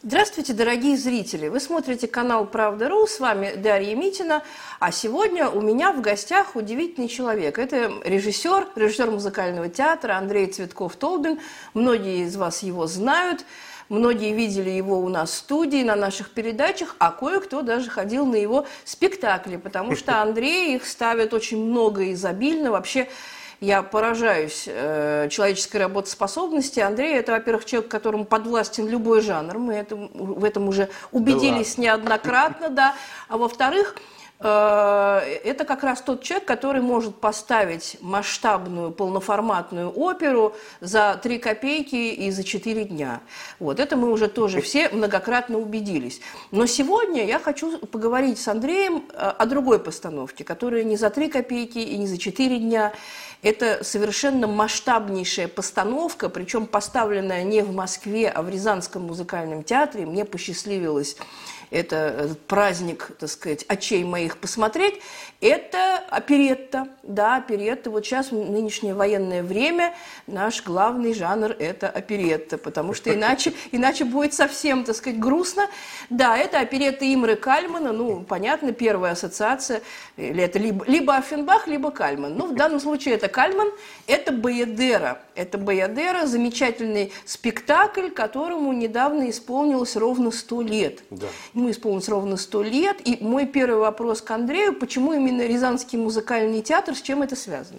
Здравствуйте, дорогие зрители! Вы смотрите канал «Правда.ру», с вами Дарья Митина, а сегодня у меня в гостях удивительный человек. Это режиссер музыкального театра Андрей Цветков-Толбин. Многие из вас его знают, многие видели его у нас в студии, на наших передачах, а кое-кто даже ходил на его спектакли, потому что Андрей их ставит очень много и изобильно. Вообще, я поражаюсь человеческой работоспособности. Андрей – это, во-первых, человек, которому подвластен любой жанр. Мы в этом уже убедились неоднократно, да. А во-вторых, это как раз тот человек, который может поставить масштабную, полноформатную оперу за 3 копейки и за 4 дня. Вот, это мы уже тоже все многократно убедились. Но сегодня я хочу поговорить с Андреем о другой постановке, которая не за 3 копейки и не за 4 дня. Это совершенно масштабнейшая постановка, причем поставленная не в Москве, а в Рязанском музыкальном театре. Мне посчастливилось этот праздник, так сказать, очей моих посмотреть. Это оперетта. Да, оперетта. Вот сейчас, в нынешнее военное время, наш главный жанр – это оперетта, потому что иначе будет совсем, так сказать, грустно. Да, это оперетта Имры Кальмана. Ну, понятно, первая ассоциация. Это либо Оффенбах, либо Кальман. Ну, в данном случае это Кальман. Это «Баядера». Это «Баядера» – замечательный спектакль, которому недавно исполнилось ровно 100 лет. Да. Ему исполнилось ровно 100 лет. И мой первый вопрос к Андрею: почему именно Рязанский музыкальный театр, с чем это связано?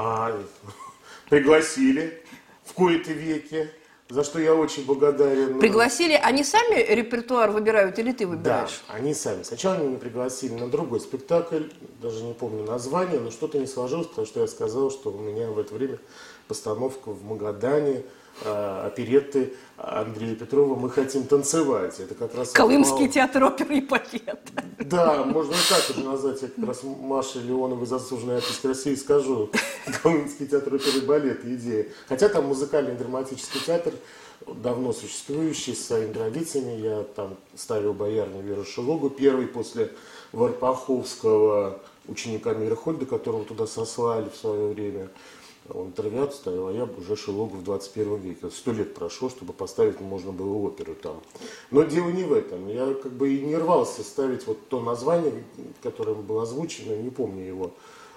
Пригласили в кои-то веки, за что я очень благодарен. Пригласили, они сами репертуар выбирают или ты выбираешь? Да, они сами. Сначала они меня пригласили на другой спектакль, даже не помню название, но что-то не сложилось, потому что я сказал, что у меня в это время постановка в Магадане, оперетты Андрея Петрова «Мы хотим танцевать». Это как раз Колымский театр оперы и балета. Да, можно и так уже назвать. Я как раз Маше Леоновой, заслуженной артистке России, скажу. Колымский театр оперы и балета, идея. Хотя там музыкальный драматический театр, давно существующий, с своими традициями. Я там ставил боярню Веру Шелогу, первый после Варпаховского ученика Мирхольда, которого туда сослали в свое время. Он Травиат ставил, а я уже Шелогу в 21 веке. 100 лет прошло, чтобы поставить можно было оперу там. Но дело не в этом. Я как бы и не рвался ставить вот то название, которое было озвучено, не помню его.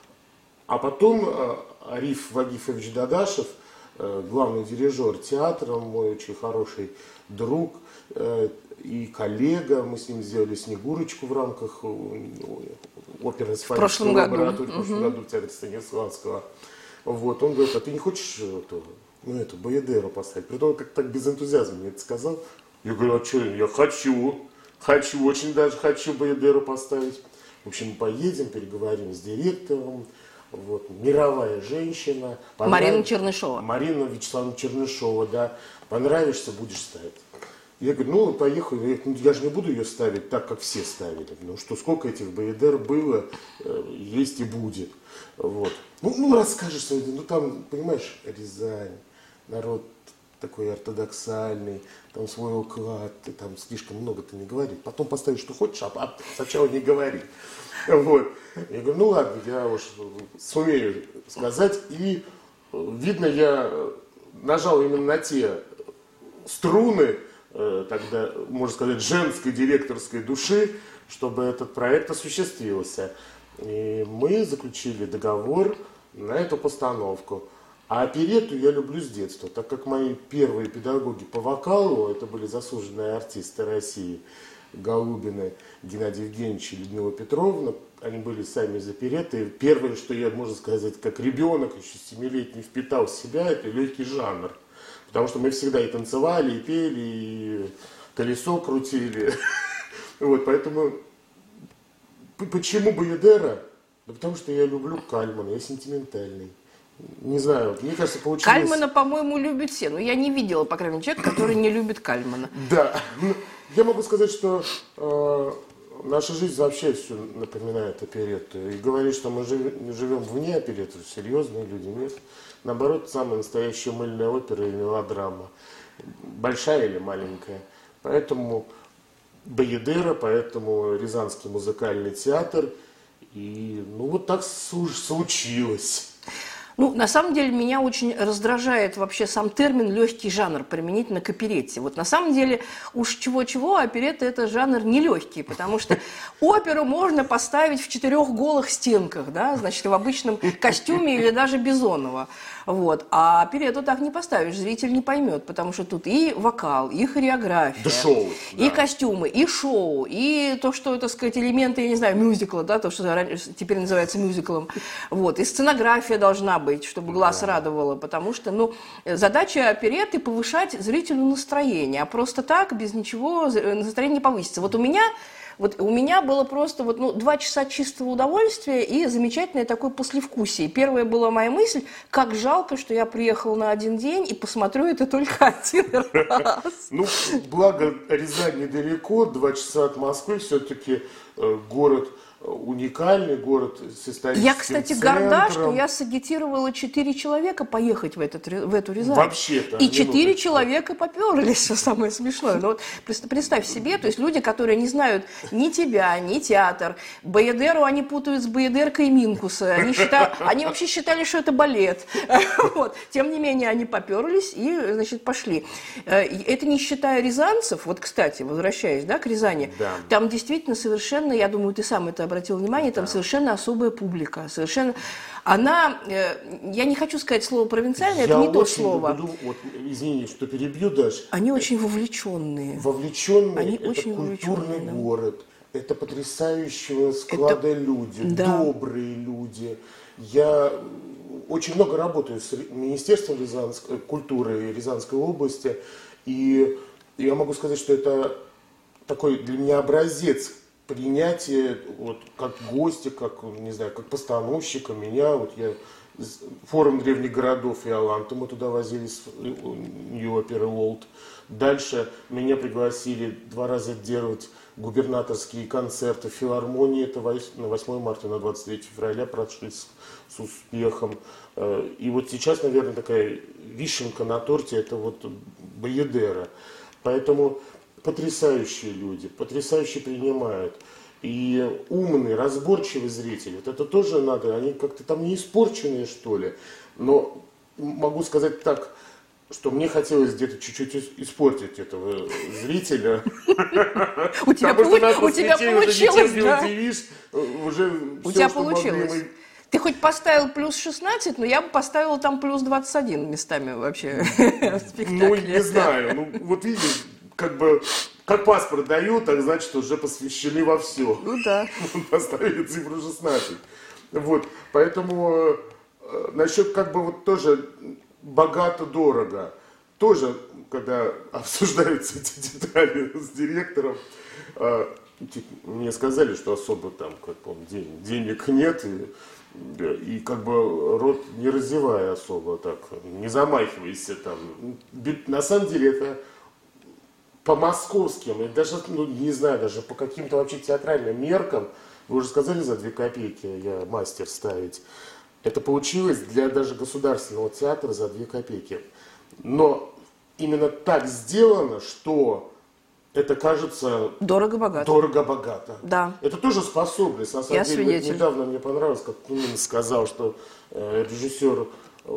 А потом Ариф Вагифович Дадашев, главный дирижер театра, мой очень хороший друг и коллега, мы с ним сделали «Снегурочку» в рамках оперно-симфонической лаборатории в прошлом году в театре Станиславского. Вот, он говорит: а ты не хочешь эту «Баядеру» поставить? Притом как так без энтузиазма мне это сказал. Я говорю: а что, я хочу, очень даже хочу «Баядеру» поставить. В общем, поедем, переговорим с директором. Вот, мировая женщина. Марина Чернышова. Марина Вячеславовна Чернышова, да. Понравишься, будешь ставить. Я говорю: ну, поехали. Я же не буду ее ставить так, как все ставили. Ну что, сколько этих «Баядер» было, есть и будет. Вот. Ну, расскажешь, там, понимаешь, Рязань, народ такой ортодоксальный, там свой уклад, ты там слишком много ты не говори. Потом поставишь, что хочешь, а сначала не говори. Вот. Я говорю: ну ладно, я уж сумею сказать. И, видно, я нажал именно на те струны, тогда, можно сказать, женской директорской души, чтобы этот проект осуществился. И мы заключили договор на эту постановку. А оперетту я люблю с детства, так как мои первые педагоги по вокалу, это были заслуженные артисты России, Голубины, Геннадий Евгеньевич и Людмила Петровна. Они были сами из оперетты. Первое, что я, можно сказать, как ребенок, еще 7-летний, впитал в себя, это легкий жанр. Потому что мы всегда и танцевали, и пели, и колесо крутили. Вот, поэтому... Почему «Баядера»? Да потому что я люблю Кальмана, я сентиментальный. Не знаю, мне кажется, получилось... Кальмана, по-моему, любят все, но я не видела, по крайней мере, человека, который не любит Кальмана. Да, я могу сказать, что наша жизнь вообще все напоминает оперетту. И говорить, что мы живем вне оперетты, серьезные люди, нет. Наоборот, самая настоящая мыльная опера и мелодрама. Большая или маленькая. Поэтому «Баядера», поэтому Рязанский музыкальный театр. И вот так случилось. Ну, на самом деле, меня очень раздражает вообще сам термин «легкий жанр» применительно к оперетте. Вот на самом деле, уж чего-чего, оперетта – это жанр нелегкий, потому что оперу можно поставить в 4 голых стенках, да, значит, в обычном костюме или даже Бизонова. Вот. А оперетту так не поставишь, зритель не поймет, потому что тут и вокал, и хореография, Да шоу, и да. костюмы, и шоу, и то, что, так сказать, элементы, я не знаю, мюзикла, да, то, что теперь называется мюзиклом. Вот. И сценография должна быть, чтобы глаз радовало, потому что, ну, задача оперетты – повышать зрителю настроение, а просто так, без ничего, настроение не повысится. Вот у меня было просто 2 часа чистого удовольствия и замечательное такое послевкусие. Первая была моя мысль, как жалко, что я приехала на 1 день и посмотрю это только 1 раз. Ну, благо Рязань недалеко, 2 часа от Москвы, все-таки город уникальный, город с историческим Я, кстати, центром. горда, что я сагитировала 4 человека поехать в эту Рязань. Вообще-то. И 4 человека поперлись, что самое смешное. Ну, вот представь себе, то есть люди, которые не знают ни тебя, ни театр, Баядеру они путают с Баядеркой Минкуса, они вообще считали, что это балет. Вот. Тем не менее, они поперлись и, значит, пошли. Это не считая рязанцев, вот, кстати, возвращаясь, да, к Рязани, Да. там действительно совершенно, я думаю, ты сам это обратил внимание, там совершенно особая публика, совершенно... Она, я не хочу сказать слово провинциальное, это не то слово. Люблю, вот, извини, что перебью, Даш. Они очень вовлеченные. Вовлеченные, Они очень культурный вовлеченные, да. город, это потрясающего склада люди, да. добрые люди. Я очень много работаю с Министерством культуры Рязанской области, и я могу сказать, что это такой для меня образец принятие, вот, как гостя, как, не знаю, как постановщика, меня, вот я, форум древних городов и Аланту мы туда возили с New Opera World. Дальше меня пригласили 2 раза делать губернаторские концерты в филармонии, это на 8 марта, на 23 февраля прошли с успехом. И вот сейчас, наверное, такая вишенка на торте, это вот Баядера. Поэтому потрясающие люди, потрясающе принимают. И умный, разборчивый зритель. Вот это тоже надо, они как-то там не испорченные, что ли. Но могу сказать так, что мне хотелось где-то чуть-чуть испортить этого зрителя. У тебя получилось, да? У тебя получилось. Ты хоть поставил плюс 16, но я бы поставила там плюс 21 местами вообще в спектакле. Ну, не знаю. Ну, вот видишь, как паспорт дают, так значит уже посвящены во все. Ну да. Поставили цифру 16. Вот, поэтому насчет вот тоже богато-дорого. Тоже, когда обсуждаются эти детали с директором, мне сказали, что особо там, денег нет, и рот не разевая особо так, не замахивайся там. На самом деле это по московским, и даже, не знаю, даже по каким-то вообще театральным меркам, вы уже сказали, за 2 копейки я мастер ставить. Это получилось для даже государственного театра за 2 копейки. Но именно так сделано, что это кажется дорого-богато. Дорого-богато. Да. Это тоже способность. На самом деле, недавно мне понравилось, как Тунин сказал, что режиссер,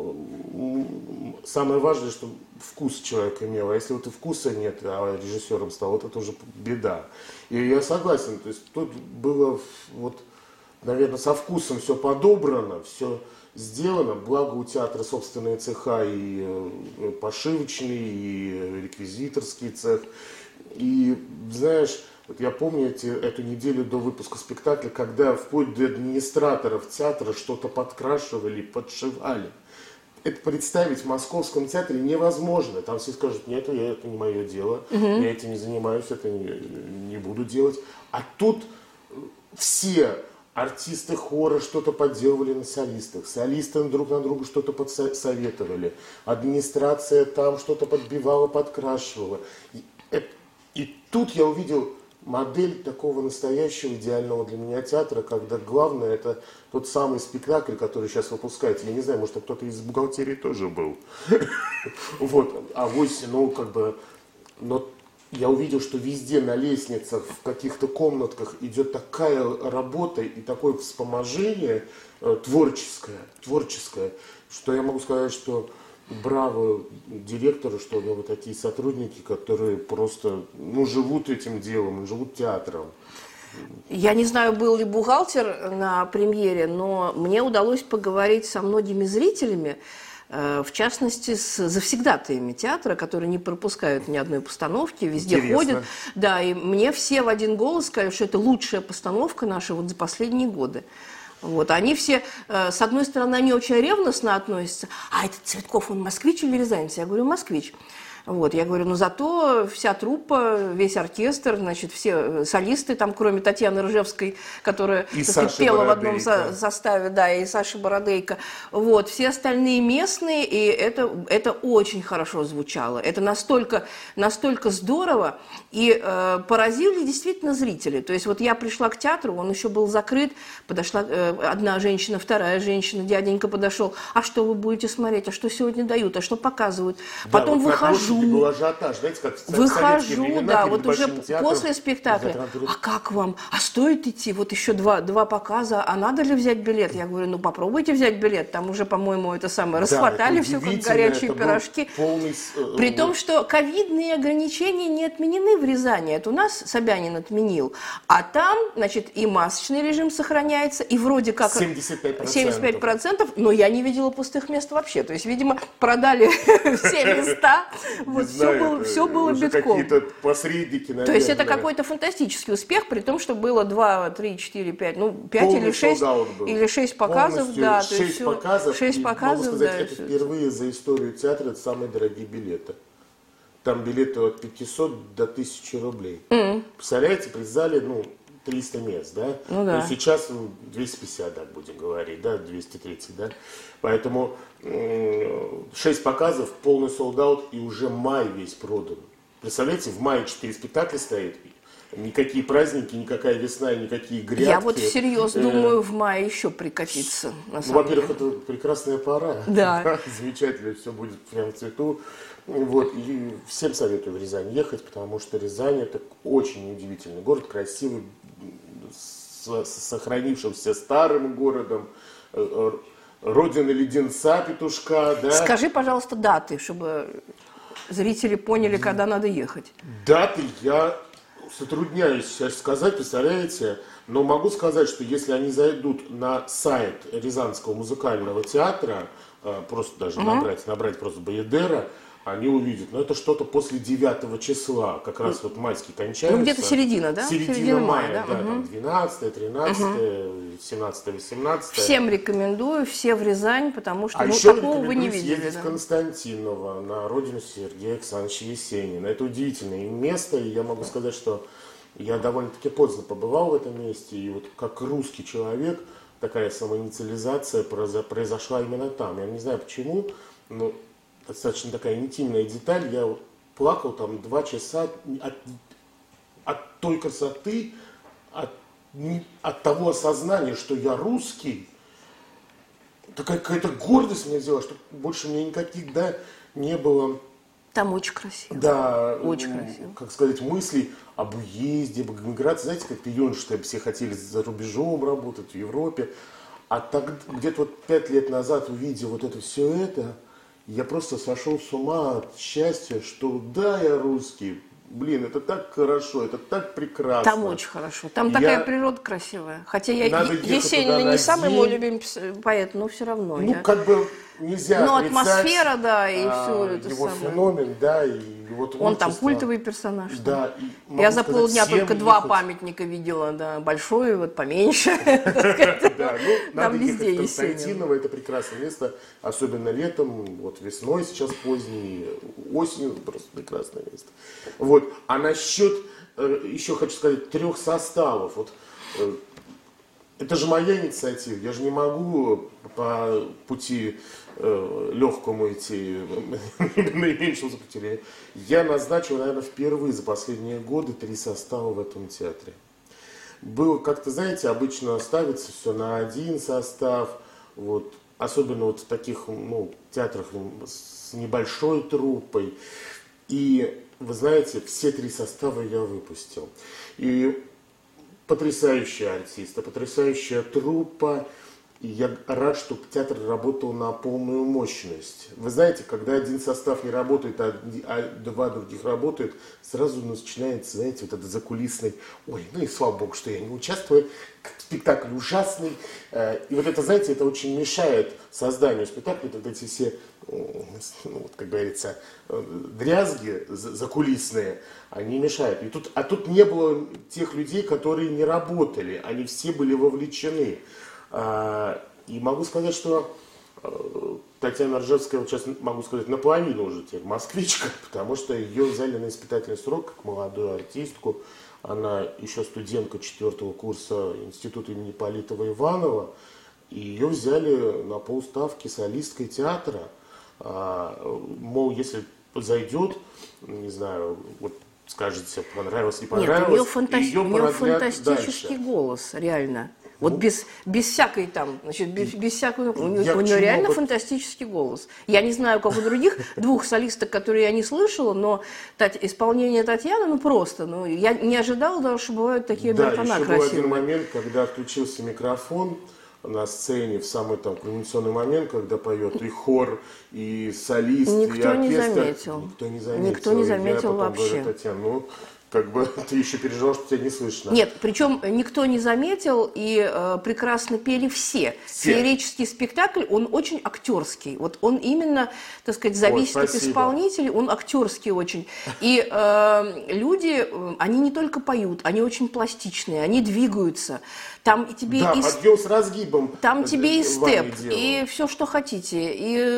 самое важное, чтобы вкус человек имел. А если вот и вкуса нет, а режиссером стал, вот это уже беда. И я согласен, то есть тут было наверное, со вкусом все подобрано, все сделано. Благо у театра собственные цеха, и пошивочный, и реквизиторский цех. И, знаешь, вот я помню эту неделю до выпуска спектакля, когда вплоть до администраторов театра что-то подкрашивали, подшивали. Это представить в Московском театре невозможно. Там все скажут, нет, это не мое дело, я этим не занимаюсь, это не буду делать. А тут все артисты хора что-то подделывали на солистах, солисты друг на друга что-то подсоветовали, администрация там что-то подбивала, подкрашивала. И тут я увидел модель такого настоящего идеального для меня театра, когда главное это тот самый спектакль, который сейчас выпускается. Я не знаю, может, кто-то из бухгалтерии тоже был. Вот. А вось, но я увидел, что везде на лестницах, в каких-то комнатках идет такая работа и такое вспоможение творческое, что я могу сказать, что браво директору, что у него такие сотрудники, которые просто живут этим делом, живут театром. Я не знаю, был ли бухгалтер на премьере, но мне удалось поговорить со многими зрителями, в частности, с завсегдатаями театра, которые не пропускают ни одной постановки, везде ходят. Да, и мне все в один голос сказали, что это лучшая постановка наша вот за последние годы. Вот. Они все, с одной стороны, они очень ревностно относятся. А этот Цветков, он москвич или рязанец? Я говорю, москвич. Вот, я говорю, зато вся труппа, весь оркестр, значит, все солисты, там, кроме Татьяны Ржевской, которая, так сказать, пела в одном составе, да, и Саши Бородейко, вот, все остальные местные, и это очень хорошо звучало. Это настолько здорово, и поразили действительно зрители. То есть вот я пришла к театру, он еще был закрыт, подошла одна женщина, вторая женщина, дяденька подошел, а что вы будете смотреть, а что сегодня дают, а что показывают? Да, потом вот выхожу. Был ажиотаж, знаете, как выхожу, времена, да, вот уже после спектакля. А как вам? А стоит идти? Вот еще два показа, а надо ли взять билет? Я говорю, попробуйте взять билет. Там уже, по-моему, это самое, расхватали все, как горячие пирожки. При том, что ковидные ограничения не отменены в Рязани. Это у нас Собянин отменил. А там, значит, и масочный режим сохраняется, и вроде как 75%, но я не видела пустых мест вообще. То есть, видимо, продали все места. Вот все было битком. Какие-то посредники, наверное. То есть это какой-то фантастический успех, при том, что было 2, 3, 4, 5, 5 или 6 показов. Да, 6 показов. 6 показов, могу сказать, это впервые за историю театра это самые дорогие билеты. Там билеты от 500 до 1000 рублей. Представляете, при зале, 300 мест, да? Да. И сейчас 250, так будем говорить, да, 230, да? Поэтому 6 показов, полный солд-аут, и уже май весь продан. Представляете, в мае 4 спектакля стоит, никакие праздники, никакая весна и никакие грядки. Я вот всерьез думаю в мае еще прикатиться. Во-первых, это прекрасная пора. Да. Замечательно, все будет прям в цвету. Вот, и всем советую в Рязань ехать, потому что Рязань это очень удивительный город, красивый, с сохранившимся старым городом, родина леденца Петушка. Да? Скажи, пожалуйста, даты, чтобы зрители поняли, когда надо ехать. Даты я затрудняюсь сейчас сказать, представляете, но могу сказать, что если они зайдут на сайт Рязанского музыкального театра, просто даже набрать просто Баядера, они увидят, это что-то после 9 числа, как раз вот майский кончается. Где-то середина, да? Середина мая, да, там 12, 13, 17, 18. Всем рекомендую, все в Рязань, потому что еще такого вы не видели. Съездить в Константиново, на родину Сергея Александровича Есенина. Это удивительное место, и я могу сказать, что я довольно-таки поздно побывал в этом месте, и вот как русский человек, такая самоинициализация произошла именно там. Я не знаю почему, но достаточно такая интимная деталь. Я плакал там 2 часа от той красоты, от того осознания, что я русский. Такая какая-то гордость меня взяла, что больше мне никаких, не было. Там очень красиво. Да, очень красиво. Как сказать, мыслей об уезде, об эмиграции. Знаете, как юноши все хотели за рубежом работать, в Европе. А так где-то 5 лет назад, увидев все это, я просто сошел с ума от счастья, что да, я русский. Блин, это так хорошо, это так прекрасно. Там очень хорошо. Там такая природа красивая. Хотя Есенин не самый мой любимый поэт, но все равно. Нельзя но атмосфера, да, и все это его самое. Феномен, да, и вот он там культовый персонаж. Да. Я за полдня только 2 памятника видела, да, большой, поменьше. Там везде Есенин. Константиново это прекрасное место, особенно летом, весной сейчас поздней, осенью просто прекрасное место. А насчет, еще хочу сказать, 3 составов. Это же моя инициатива, я же не могу по пути легкому идти, наименьшему пути. Я назначил, наверное, впервые за последние годы 3 состава в этом театре. Было как-то, знаете, обычно ставится все на 1 состав, особенно в таких театрах с небольшой труппой. И вы знаете, все 3 состава я выпустил. И потрясающие артисты, потрясающая труппа. И я рад, что театр работал на полную мощность. Вы знаете, когда один состав не работает, а 2 других работают, сразу начинается, знаете, вот этот закулисный, ой, ну и слава богу, что я не участвую, спектакль ужасный. И вот это, знаете, это очень мешает созданию спектакля, вот эти все, ну, как говорится, дрязги закулисные, они мешают. А тут не было тех людей, которые не работали, они все были вовлечены. И могу сказать, что Татьяна Ржевская, вот сейчас могу сказать, наполовину уже теперь москвичка, потому что ее взяли на испытательный срок как молодую артистку. Она еще студентка 4-го курса института имени Политова-Иванова. И ее взяли на полставки солисткой театра. Мол, если зайдет, не знаю, вот скажете, понравилось, не понравилось. Нет, у нее фантастический голос, реально. Вот без всякой там, значит, без всякого, у нее реально фантастический голос. Я не знаю, как у других 2 солисток, которые я не слышала, но исполнение Татьяны, ну просто, ну я не ожидала даже, что бывают такие обертона красивые. Да, еще был один момент, когда отключился микрофон на сцене, в самый там кульминационный момент, когда поет и хор, и солист, и оркестр. Никто не заметил. Никто не заметил вообще. Говорю, Татьяна, ну, как бы ты еще переживал, что тебя не слышно. Нет, причем никто не заметил, и прекрасно пели все. Феерический спектакль, он очень актерский. Вот он именно, так сказать, зависит от исполнителей, он актерский очень. И люди, они не только поют, они очень пластичные, они двигаются. Там и тебе подъем с разгибом. Там тебе и степ, и все, что хотите,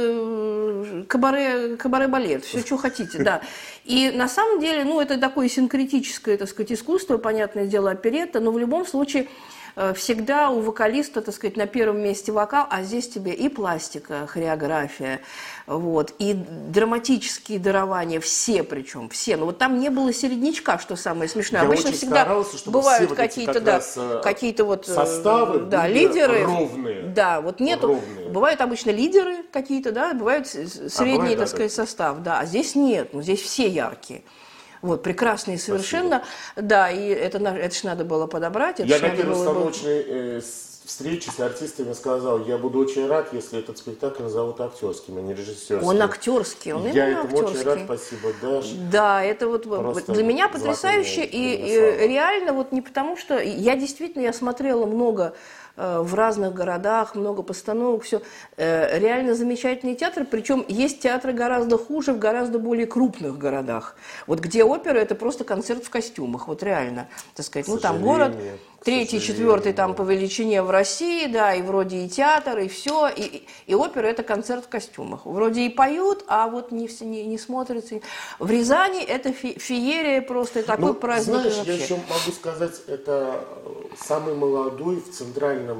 и кабаре-балет, все, что хотите, да. И на самом деле, ну, это такое синкретическое, так сказать, искусство, понятное дело, оперетта, но в любом случае всегда у вокалиста, так сказать, на первом месте вокал, а здесь тебе и пластика, хореография, вот, и драматические дарования, все причем, все. Но вот там не было середнячка, что самое смешное. Обычно всегда старался, бывают какие-то вот составы, лидеры. Ровные. Да, вот нету. Ровные. Бывают обычно лидеры какие-то, да, бывают средний, так сказать, состав, да, а здесь нет, ну, здесь все яркие. Вот, прекрасные совершенно. Спасибо. Да, и это же надо было подобрать. Я на первой станочной встрече с артистами сказал, я буду очень рад, если этот спектакль назовут актерским, а не режиссерским. Он актерский, он я именно этому актерский. очень рад, спасибо, Даша. Да, это вот для меня потрясающе. И реально вот не потому, что... Я действительно смотрела много в разных городах, много постановок, все. Реально замечательный театр, причем есть театры гораздо хуже в гораздо более крупных городах. Вот где опера, это просто концерт в костюмах, вот реально, так сказать. Ну там город 3-й, 4-й там по величине в России, да, и вроде и театр, и все, и опера это концерт в костюмах. Вроде и поют, а вот не смотрится. В Рязани это феерия просто, такой праздник. Знаешь, я еще могу сказать, это самый молодой в центральном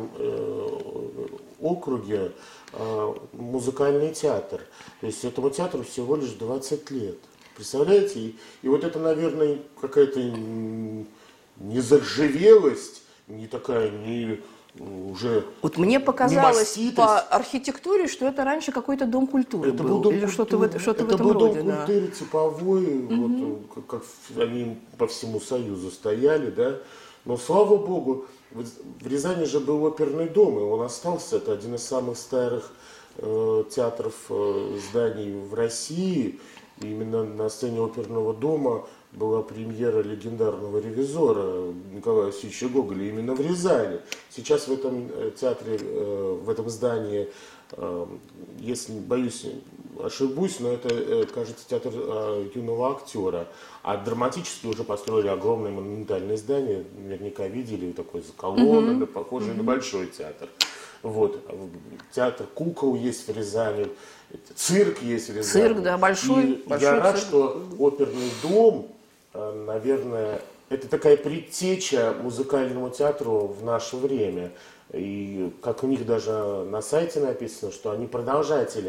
округе музыкальный театр. То есть этому театру всего лишь 20 лет. Представляете? И вот это, наверное, какая-то незаржавелость, не такая, не уже... Вот мне показалось по архитектуре, что это раньше какой-то дом культуры это был. Или что-то в этом роде. Это был дом культуры типовой, вот, как они по всему Союзу стояли, да. Но, слава богу, в Рязани же был оперный дом, и он остался. Это один из самых старых театров, зданий в России. И именно на сцене оперного дома была премьера легендарного ревизора Николая Васильевича Гоголя именно в Рязани. Сейчас в этом театре, в этом здании, если, боюсь, ошибусь, но это, кажется, театр юного актера. А драматически уже построили огромное монументальное здание, наверняка видели, такой с колоннами, похожий на большой театр. Вот. Театр кукол есть в Рязани, цирк есть в Рязани. Цирк, да, большой. Я рад, что оперный дом, наверное, это такая предтеча музыкальному театру в наше время. И как у них даже на сайте написано, что они продолжатели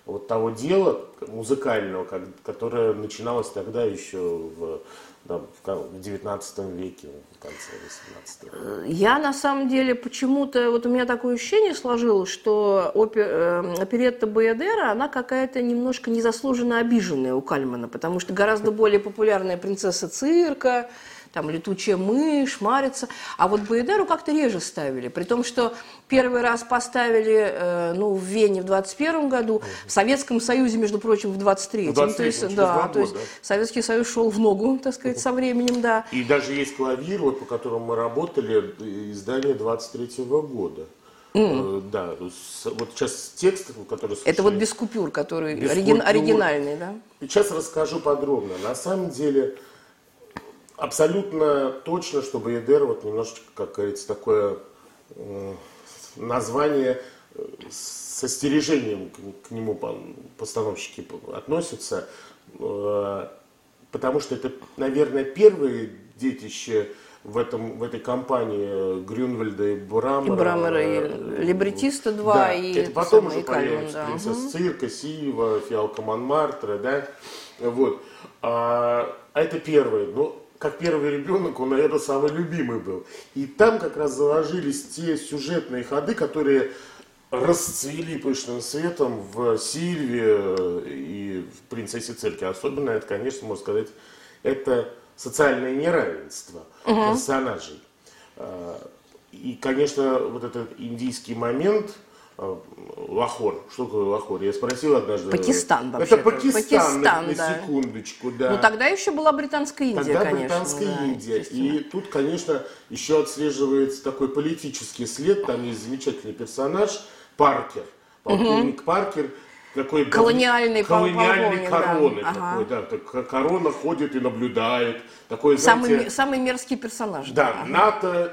вот того дела музыкального, которое начиналось тогда еще в 19 веке, в конце 18 века. Я на самом деле почему-то, вот у меня такое ощущение сложилось, что оперетта Баядера, она какая-то немножко незаслуженно обиженная у Кальмана, потому что гораздо более популярная «Принцесса цирка», там «Летучая мышь», «Марица». А вот Баядеру как-то реже ставили. При том, что первый раз поставили в Вене в 21 году, в Советском Союзе, между прочим, в 23-м. То есть Советский Союз шел в ногу, так сказать, со временем, да. И даже есть клавир, вот, по которому мы работали, издание 23-го года. Да, вот сейчас текст, который... Это вот без купюр, который оригинальный, да? Сейчас расскажу подробно. На самом деле... Абсолютно точно, что Баядер, вот немножечко, как говорится, такое название с остережением к нему постановщики относятся, потому что это, наверное, первые детище в этой компании Грюнвальда и Брамера. И либретиста 2, да, и это потом уже Кальман, появится да. «Принцесса цирка», «Сива», «Фиалка Монмартра», да, вот. А это первый, как первый ребенок, он, наверное, самый любимый был. И там как раз заложились те сюжетные ходы, которые расцвели пышным светом в «Сильве» и в «Принцессе цирке». Особенно это, конечно, можно сказать, это социальное неравенство персонажей. И, конечно, вот этот индийский момент... Лахор. Что такое Лахор? Я спросил однажды. Пакистан вообще. Это Пакистан да. на секундочку, да. Ну тогда еще была Британская Индия, тогда конечно. Британская Индия. И тут, конечно, еще отслеживается такой политический след. Там есть замечательный персонаж Паркер. Полковник Паркер. Такой колониальный короны. Да. Такой, корона ходит и наблюдает. Такой, самый мерзкий персонаж. Да, НАТО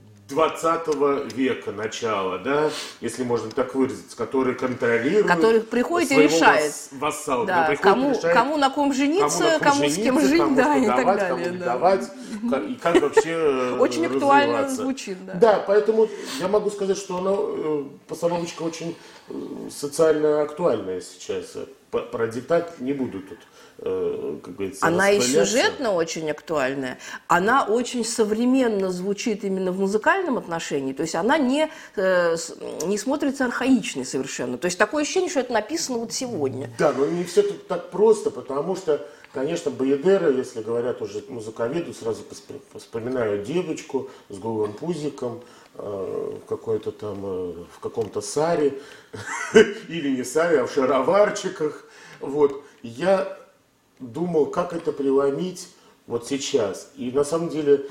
20 века начала, да, если можно так выразиться, который контролирует, который приходит и решает, вассал, да, кому на ком жениться, кому с кем жить, кому да, и давать, так далее. Кому не давать, и как вообще очень актуально звучит, да. Да, поэтому я могу сказать, что она, постановочка очень социально актуальная сейчас. Про диктат не буду тут, как говорится, она и сюжетно очень актуальная, она очень современно звучит именно в музыкальном отношении, то есть она не смотрится архаичной совершенно. То есть такое ощущение, что это написано вот сегодня. Да, но не все тут так просто, потому что, конечно, Баядера, если говорят уже музыковеду, сразу вспоминаю девочку с голым пузиком, в каком-то саре, или не саре, а в шароварчиках. Вот. Я думал, как это преломить вот сейчас. И на самом деле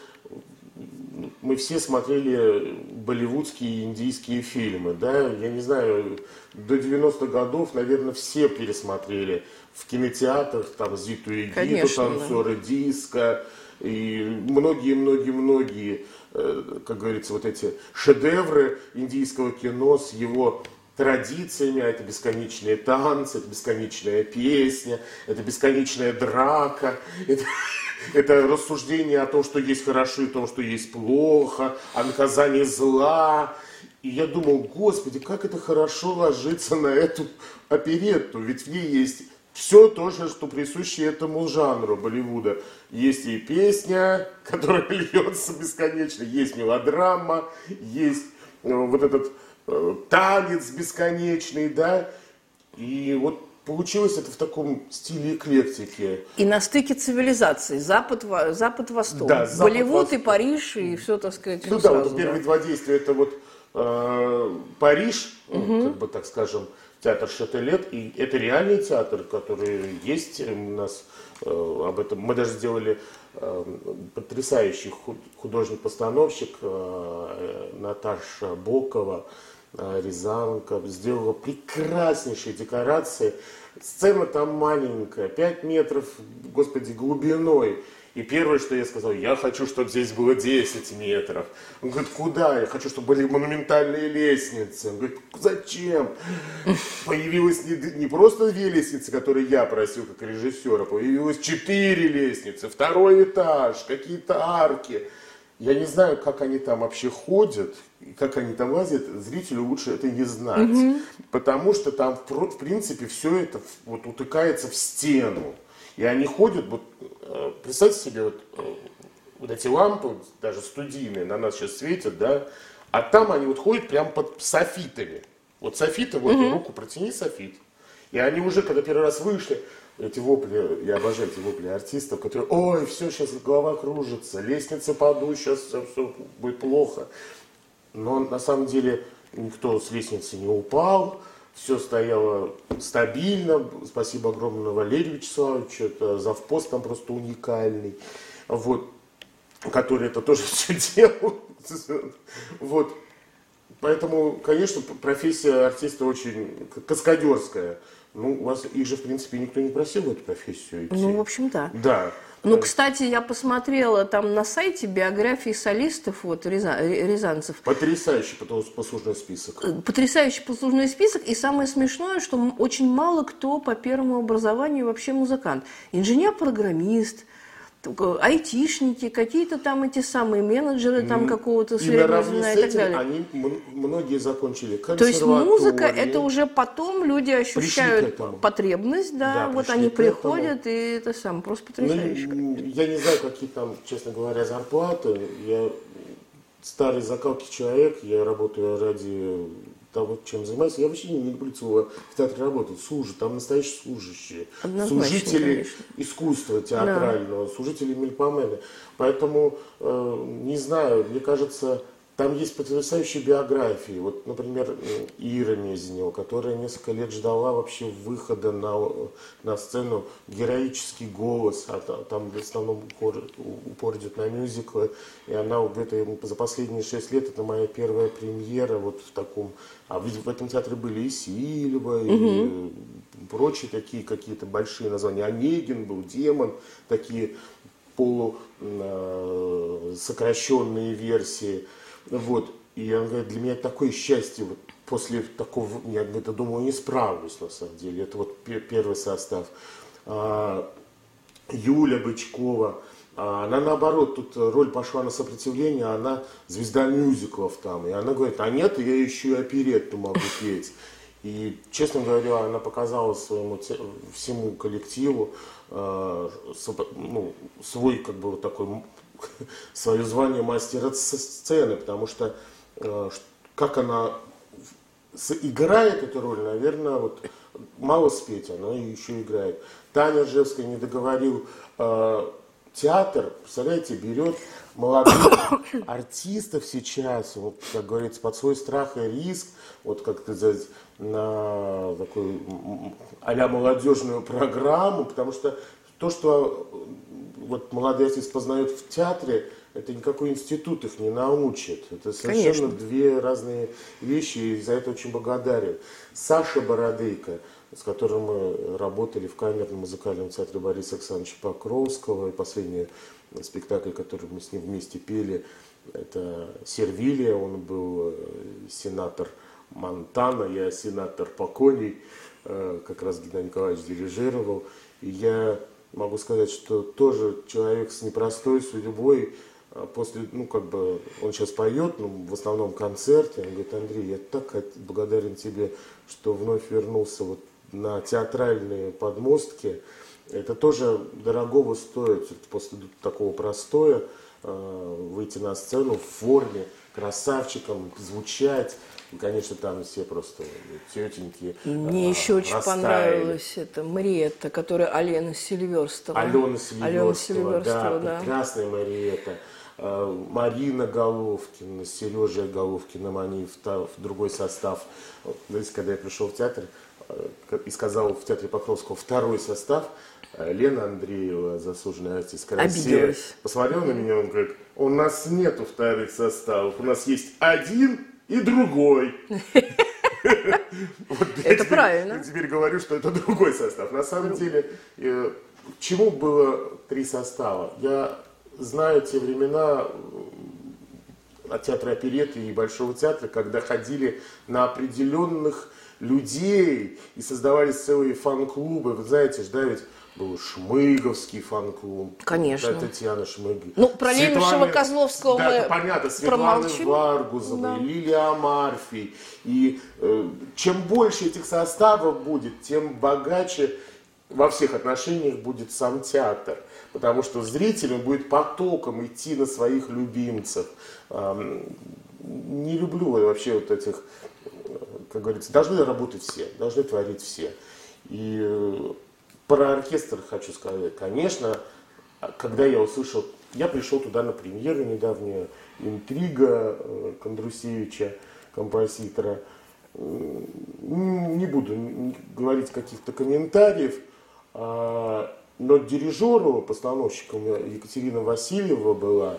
мы все смотрели болливудские и индийские фильмы. Да? Я не знаю, до 90-х годов, наверное, все пересмотрели в кинотеатрах, там «Зиту и Гиту», «Танцоры диско», и многие-многие-многие, как говорится, вот эти шедевры индийского кино с его традициями, это бесконечные танцы, это бесконечная песня, это бесконечная драка, это рассуждение о том, что есть хорошо и о том, что есть плохо, о наказании зла. И я думал, Господи, как это хорошо ложится на эту оперетту, ведь в ней есть все то же, что присуще этому жанру Болливуда. Есть и песня, которая льется бесконечно, есть мелодрама, есть вот этот танец бесконечный, да, и вот получилось это в таком стиле эклектики. И на стыке цивилизаций, Запад-Восток, да, Болливуд и Париж, и все, так сказать, ну да, вот первые два действия, это вот Париж, как бы так скажем, театр Шателет, и это реальный театр, который есть у нас, об этом мы даже сделали потрясающий художник-постановщик Наташа Бокова, Рязанка, сделала прекраснейшие декорации. Сцена там маленькая, 5 метров, Господи, глубиной. И первое, что я сказал, я хочу, чтобы здесь было 10 метров. Он говорит, куда? Я хочу, чтобы были монументальные лестницы. Он говорит, зачем? Появилось не просто 2 лестницы, которые я просил как режиссера, появилось 4 лестницы, 2-й этаж, какие-то арки. Я не знаю, как они там вообще ходят, как они там лазят, зрителю лучше это не знать. Потому что там, в принципе, все это вот утыкается в стену. И они ходят, вот, представьте себе, вот эти лампы, даже студийные, на нас сейчас светят, да, а там они вот ходят прямо под софитами. Вот софиты, вот руку протяни, софит. И они уже, когда первый раз вышли, эти вопли, я обожаю эти вопли артистов, которые, ой, все, сейчас голова кружится, лестница паду, сейчас все будет плохо. Но на самом деле никто с лестницы не упал, все стояло стабильно. Спасибо огромное Валерию Вячеславовичу, это завпост там просто уникальный, вот, который это тоже все делал. Вот. Поэтому, конечно, профессия артиста очень каскадерская. Ну, у вас их же, в принципе, никто не просил в эту профессию идти. Ну, в общем, да. Да. Ну, кстати, я посмотрела там на сайте биографии солистов, вот, рязанцев. Потрясающий послужной список. Потрясающий послужной список. И самое смешное, что очень мало кто по первому образованию вообще музыкант. Инженер-программист, айтишники, какие-то там эти самые менеджеры там какого-то среднего звена и так далее. Они многие закончили консерваторию. То есть музыка, это уже потом люди ощущают потребность, да, вот они приходят, и это сам просто потрясающе. Ну, я не знаю, какие там, честно говоря, зарплаты. Я старый закалки человек, я работаю ради того, чем занимаюсь. Я вообще не люблю в театре работать. Там настоящие служащие. Однозначно, служители конечно. Искусства театрального, да. Служители мельпомены. Поэтому, не знаю, мне кажется, там есть потрясающие биографии. Вот, например, Ира Мезенева, которая несколько лет ждала вообще выхода на сцену, героический голос, а там в основном упор идет на мюзиклы, и она где-то за последние 6 лет, это моя первая премьера вот в таком, а в этом театре были и Сильва, и прочие такие какие-то большие названия, Онегин был, Демон, такие полусокращенные версии. Вот. И он говорит, для меня такое счастье, вот после такого, я где-то думал, не справлюсь на самом деле. Это вот первый состав. Юля Бычкова, она наоборот, тут роль пошла на сопротивление, она звезда мюзиклов там. И она говорит, а нет, я еще и оперетту могу петь. И, честно говоря, она показала всему коллективу свой, как бы, вот такой, свое звание мастера сцены, потому что как она играет эту роль, наверное, вот мало спеть, она еще играет. Таня Ржевская не договорил, театр, представляете, берет молодых артистов сейчас, вот, как говорится, под свой страх и риск, вот как сказать, на такую а-ля молодежную программу, потому что то, что вот молодые артисты познают в театре, это никакой институт их не научит. Это совершенно две разные вещи, и за это очень благодарен. Саша Бородейко, с которым мы работали в камерном музыкальном театре Бориса Александровича Покровского, и последний спектакль, который мы с ним вместе пели, это «Сервилия», он был сенатор Монтана, я сенатор Поконий, как раз Геннадий Николаевич дирижировал. И я могу сказать, что тоже человек с непростой судьбой, после, он сейчас поет, в основном концерте, он говорит, Андрей, я так благодарен тебе, что вновь вернулся вот на театральные подмостки. Это тоже дорогого стоит, после такого простоя выйти на сцену в форме, красавчиком, звучать. И, конечно, там все просто тетеньки. Мне еще очень понравилась эта Мариетта, которая Алена Сильверстова. Алена Сильверстова, да, прекрасная Мариетта. Марина Головкина, Сережа Головкиным, они в другой состав. Вот, знаете, когда я пришел в театр и сказал в театре Покровского второй состав, Лена Андреева, заслуженная артистка России, посмотрел на меня, он говорит, у нас нету вторых составов, у нас есть один и другой. Это правильно. Я теперь говорю, что это другой состав. На самом деле, чему было 3 состава? Я знаю те времена от театра оперетты и Большого театра, когда ходили на определенных людей и создавались целые фан-клубы. Вы знаете, да, ведь был Шмыговский фан-клуб. Конечно. Татьяна Шмыгова. Ну, про Лемешева, Козловского да, мы понятно, Светланы промолчим. Варгузовой, Да. Лилии Амарфи. И чем больше этих составов будет, тем богаче во всех отношениях будет сам театр. Потому что зритель он будет потоком идти на своих любимцев. Не люблю вообще вот этих, как говорится, должны работать все, должны творить все. И про оркестр хочу сказать. Конечно, когда я услышал, я пришел туда на премьеру недавнюю, «Интрига» Кондрусевича, композитора. Не буду говорить каких-то комментариев, но дирижеру, постановщиком Екатерина Васильева была,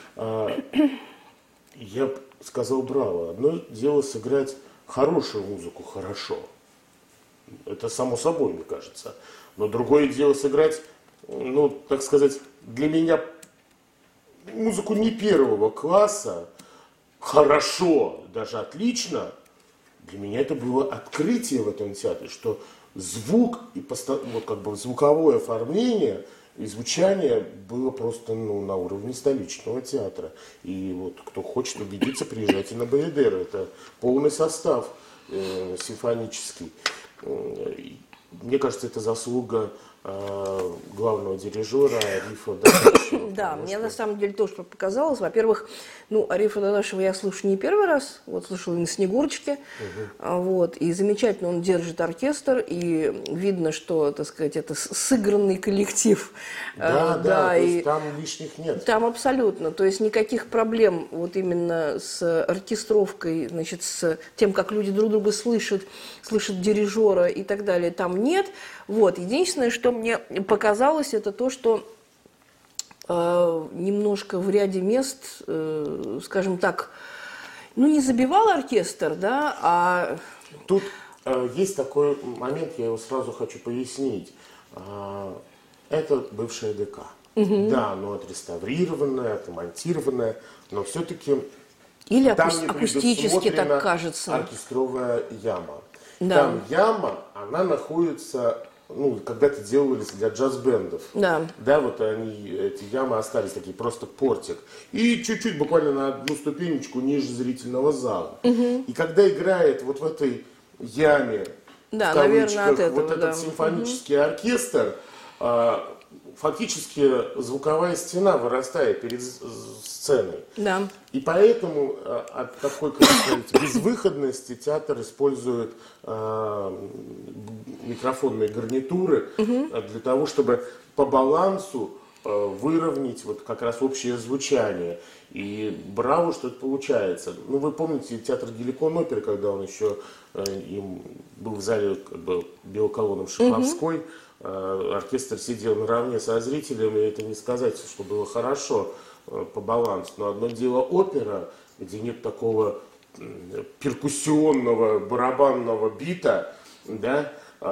я сказал браво. Одно дело сыграть хорошую музыку хорошо. Это само собой, мне кажется. Но другое дело сыграть, ну, так сказать, для меня музыку не первого класса, хорошо, даже отлично. Для меня это было открытие в этом театре, что звук и вот как бы звуковое оформление и звучание было просто на уровне столичного театра. И вот кто хочет убедиться, приезжайте на Баядеры. Это полный состав симфонический. Мне кажется, это заслуга главного дирижера Арифа Дадашева. Да, мне на самом деле тоже показалось. Во-первых, Арифа Дадашева я слушаю не первый раз, вот слушала и на «Снегурочке», вот, и замечательно он держит оркестр, и видно, что, так сказать, это сыгранный коллектив. Да, то есть там лишних нет. Там абсолютно, то есть никаких проблем вот именно с оркестровкой, значит, с тем, как люди друг друга слышат дирижера и так далее, там нет. Вот, единственное, что мне показалось, это то, что немножко в ряде мест, скажем так, не забивал оркестр, да, а... Тут есть такой момент, я его сразу хочу пояснить. Это бывшая ДК. Да, оно отреставрированное, отремонтированное, но все-таки или там не акустически так кажется. Оркестровая яма. Да. Там яма, она находится... когда-то делались для джаз-бендов. Да. Да, вот эти ямы остались такие, просто портик. И чуть-чуть, буквально на одну ступенечку ниже зрительного зала. И когда играет вот в этой яме, да, в кавычках, наверное, от этого, вот этот симфонический оркестр, фактически звуковая стена вырастает перед сценой. Да. И поэтому от такой, как сказать, безвыходности театр использует микрофонные гарнитуры для того, чтобы по балансу выровнять вот как раз общее звучание. И браво, что это получается. Вы помните театр Геликон оперы, когда он еще им был в зале как бы белоколонном Шаховской, оркестр сидел наравне со зрителями, и это не сказать, что было хорошо по балансу. Но одно дело опера, где нет такого перкуссионного барабанного бита, да,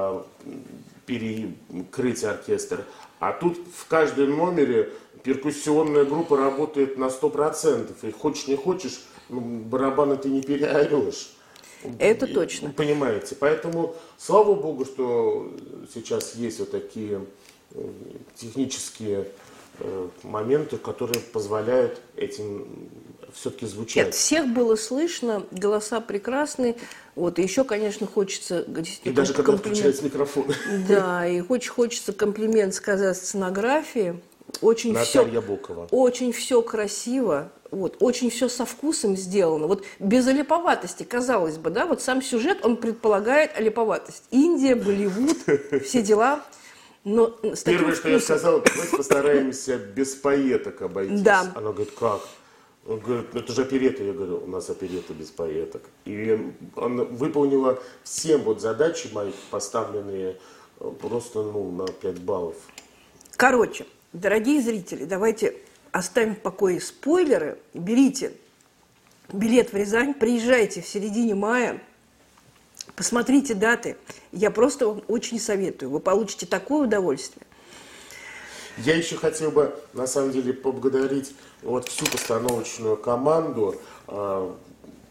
перекрыть оркестр. А тут в каждом номере перкуссионная группа работает на 100%. И хочешь не хочешь, барабаны ты не переорешь. Это точно. Понимаете. Поэтому, слава богу, что сейчас есть вот такие технические моменты, которые позволяют этим все-таки звучать. Нет, всех было слышно, голоса прекрасные. Вот, и еще, конечно, хочется... И даже когда включается микрофон. Да, и хочется комплимент сказать сценографии. Очень Наталья Бокова. Очень все красиво, вот, очень все со вкусом сделано. Вот без олиповатости, казалось бы, да, вот сам сюжет, он предполагает олиповатость. Индия, Болливуд, все дела. Но первое, что я сказала, давайте постараемся без поэток обойтись. Да. Она говорит, как? Он говорит, это же оперетта. Я говорю, у нас оперетта без поэток. И она выполнила все вот задачи мои, поставленные просто на 5 баллов. Короче, дорогие зрители, давайте оставим в покое спойлеры. Берите билет в Рязань, приезжайте в середине мая. Посмотрите даты. Я просто вам очень советую. Вы получите такое удовольствие. Я еще хотел бы, на самом деле, поблагодарить вот всю постановочную команду.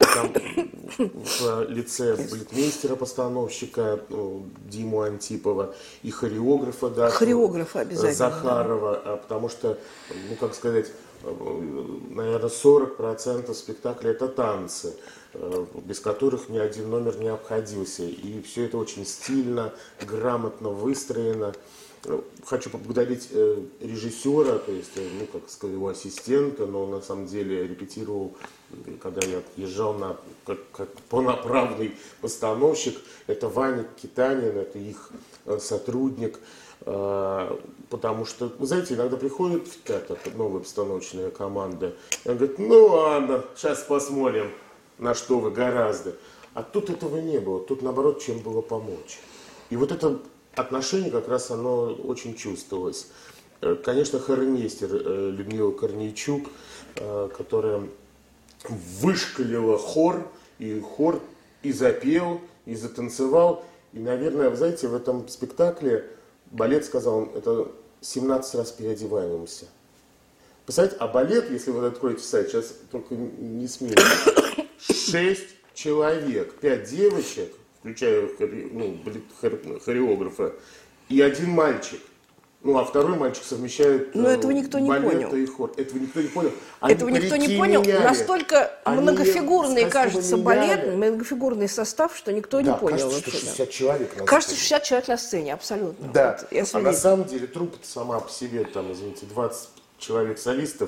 там в лице балетмейстера-постановщика Диму Антипова и хореографа, да, Хореографа обязательно. Захарова, потому что, ну, как сказать, наверное, 40% спектакля это танцы, без которых ни один номер не обходился. И все это очень стильно, грамотно выстроено. Хочу поблагодарить режиссера, то есть, ну, как сказать, его ассистента, но на самом деле репетировал, когда я езжал как полноправный постановщик. Это Ваня Китанин, это их сотрудник. Потому что, вы знаете, иногда приходит в театр новая постановочная команда, и он говорит: ну ладно, сейчас посмотрим, на что вы гораздо. А тут этого не было, тут наоборот, чем было помочь. И вот это отношение как раз оно очень чувствовалось. Конечно, хормейстер Людмила Корнейчук, которая вышкалила хор и запел, и затанцевал. И, наверное, вы знаете, в этом спектакле балет, сказал он, это 17 раз переодеваемся. Представляете, а балет, если вы откроете сайт, сейчас только не смейтесь, 6 человек, 5 девочек, включая хореографа, и 1 мальчик. Ну, а второй мальчик совмещает этого никто не балет понял. и хор. Этого никто не понял. Этого никто не понял. Меняли. Настолько многофигурный, кажется, балет, меняли. многофигурный состав, что никто не понял. Кажется, что 60 человек на Кажется, сцене. 60 человек на сцене, абсолютно. Да, Вот, я а на самом деле труппа сама по себе, там, извините, 20 человек солистов,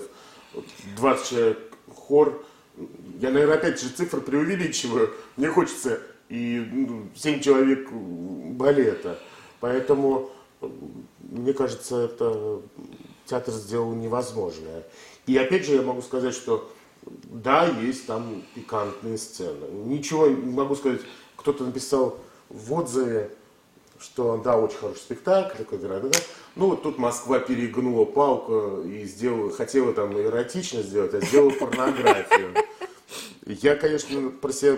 20 человек хор. Я, наверное, опять же цифры преувеличиваю. Мне хочется и 7 человек балета. Поэтому, мне кажется, это театр сделал невозможное. И опять же я могу сказать, что да, есть там пикантные сцены. Ничего не могу сказать. Кто-то написал в отзыве, что да, очень хороший спектакль, такой, да. Ну вот тут Москва перегнула палку и хотела там эротично сделать, а сделала порнографию. Я, конечно, про себя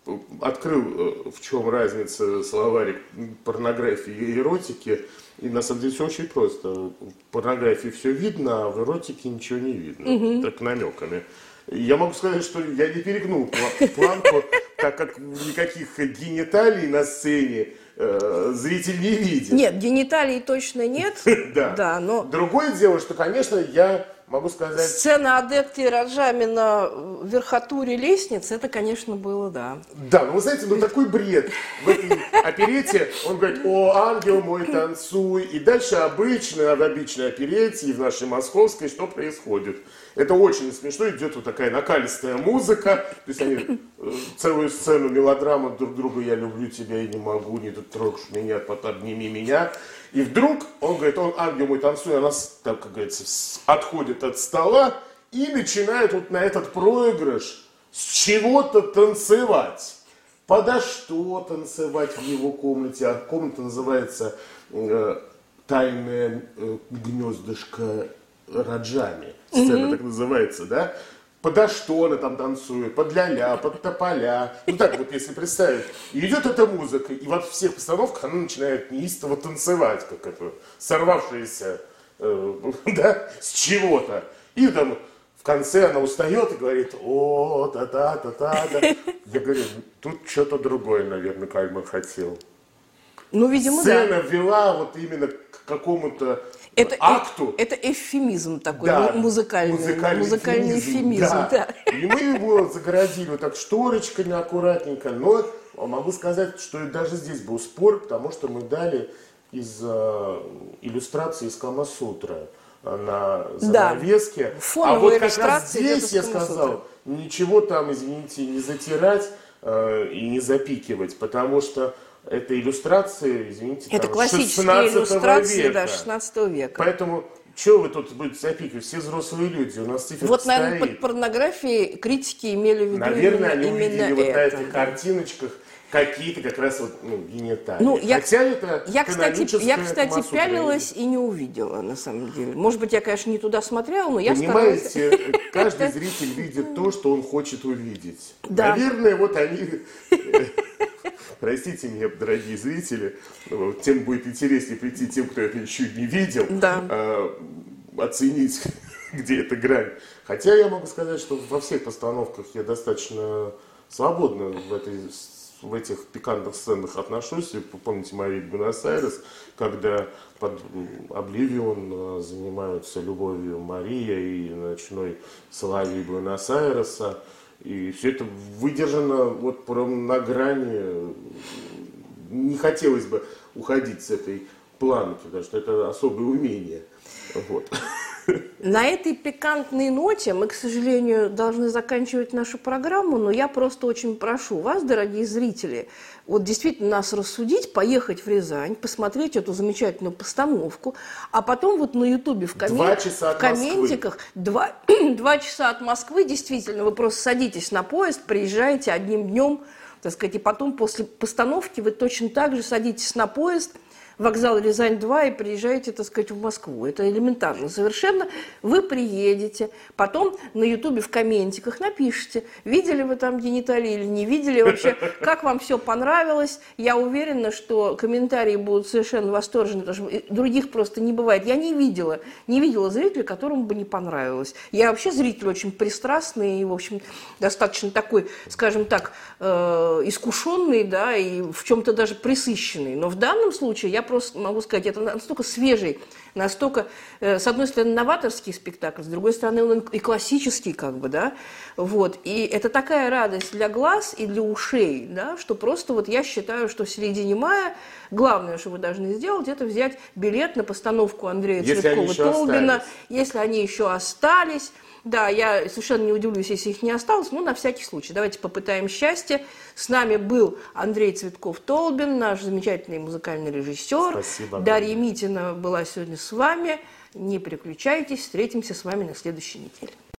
открыл, в чем разница словарик порнографии и эротики. И на самом деле все очень просто. В порнографии все видно, а в эротике ничего не видно. Так намеками. Я могу сказать, что я не перегнул планку, так как никаких гениталий на сцене зритель не видит. Нет, гениталий точно нет. Да. Но другое дело, что, конечно, я могу сказать... Сцена Адетты Раджами на верхотуре лестницы, это, конечно, было, да. Да, ну вы знаете, такой бред. В этой оперете он говорит: о, ангел мой, танцуй. И дальше обычно, в обычной оперете и в нашей московской что происходит? Это очень смешно, идет вот такая накалистая музыка. То есть они целую сцену мелодрамы друг друга: я люблю тебя и не могу, не трогай меня, обними меня. И вдруг он говорит: он, ангел мой, танцуй, она, так как говорится, отходит от стола и начинает вот на этот проигрыш с чего-то танцевать. Подо что танцевать в его комнате? А комната называется «Тайное гнездышко Раджами». Сцена так называется, да? Подо что она там танцует? Под ля-ля, под тополя. Ну так вот, если представить. И идет эта музыка, и во всех постановках она начинает неистово танцевать, как это, сорвавшаяся, да, с чего-то. И там в конце она устает и говорит: о, та-та-та-та-та. Я говорю: тут что-то другое, наверное, Кальман хотел. Ну, видимо, Сцена вела вот именно к какому-то акту. Это эвфемизм такой, Да, музыкальный эвфемизм. Да. И мы его загородили вот так шторочкой неаккуратненько, но могу сказать, что и даже здесь был спор, потому что мы дали из иллюстрации из Кама-сутры на занавеске. Фоновая а вот как раз иллюстрация здесь я сказал, ничего там, извините, не затирать и не запикивать, потому что это иллюстрации, извините, это там, классические 16 иллюстрации, века. да, 16 века. Поэтому, что вы тут будете запикивать? Все взрослые люди, у нас цифра Вот, стоит. наверное, под порнографией критики имели в виду Наверное, они именно увидели вот на это. этих картиночках какие-то как раз вот, гениталии. Ну, Хотя это я, кстати, массу пялилась и не увидела, на самом деле. Может быть, я, конечно, не туда смотрела, но я старалась. Понимаете, каждый зритель видит то, что он хочет увидеть. Да. Наверное, вот они... Простите меня, дорогие зрители, тем будет интереснее прийти тем, кто это еще не видел, оценить, где эта грань. Хотя я могу сказать, что во всех постановках я достаточно свободно в этих пикантных сценах отношусь. Вы помните Марию Буэнос-Айрес, когда под Обливион занимаются любовью Мария и ночной Соловей Буэнос-Айреса. И все это выдержано вот прям на грани. Не хотелось бы уходить с этой планки, потому что это особое умение. Вот. На этой пикантной ноте мы, к сожалению, должны заканчивать нашу программу, но я просто очень прошу вас, дорогие зрители, вот действительно нас рассудить, поехать в Рязань, посмотреть эту замечательную постановку, а потом вот на Ютубе в комментиках 2 часа от Москвы, действительно, вы просто садитесь на поезд, приезжаете одним днем, так сказать, и потом после постановки вы точно так же садитесь на поезд, вокзал Рязань-2 и приезжаете, так сказать, в Москву. Это элементарно совершенно. Вы приедете, потом на Ютубе в комментиках напишите, видели вы там гениталии или не видели вообще, как вам все понравилось. Я уверена, что комментарии будут совершенно восторженные, потому что других просто не бывает. Я не видела зрителя, которому бы не понравилось. Я вообще зритель очень пристрастный и, в общем, достаточно такой, скажем так, искушенный, да, и в чем-то даже пресыщенный. Но в данном случае я просто могу сказать, это настолько свежий, настолько, с одной стороны, новаторский спектакль, с другой стороны, он и классический, как бы, да, вот, и это такая радость для глаз и для ушей, да, что просто вот я считаю, что в середине мая главное, что вы должны сделать, это взять билет на постановку Андрея Цветкова-Толбина, если они еще остались. Да, я совершенно не удивлюсь, если их не осталось, но на всякий случай. Давайте попытаем счастье. С нами был Андрей Цветков-Толбин, наш замечательный музыкальный режиссер. Спасибо. Дарья Митина была сегодня с вами. Не переключайтесь, встретимся с вами на следующей неделе.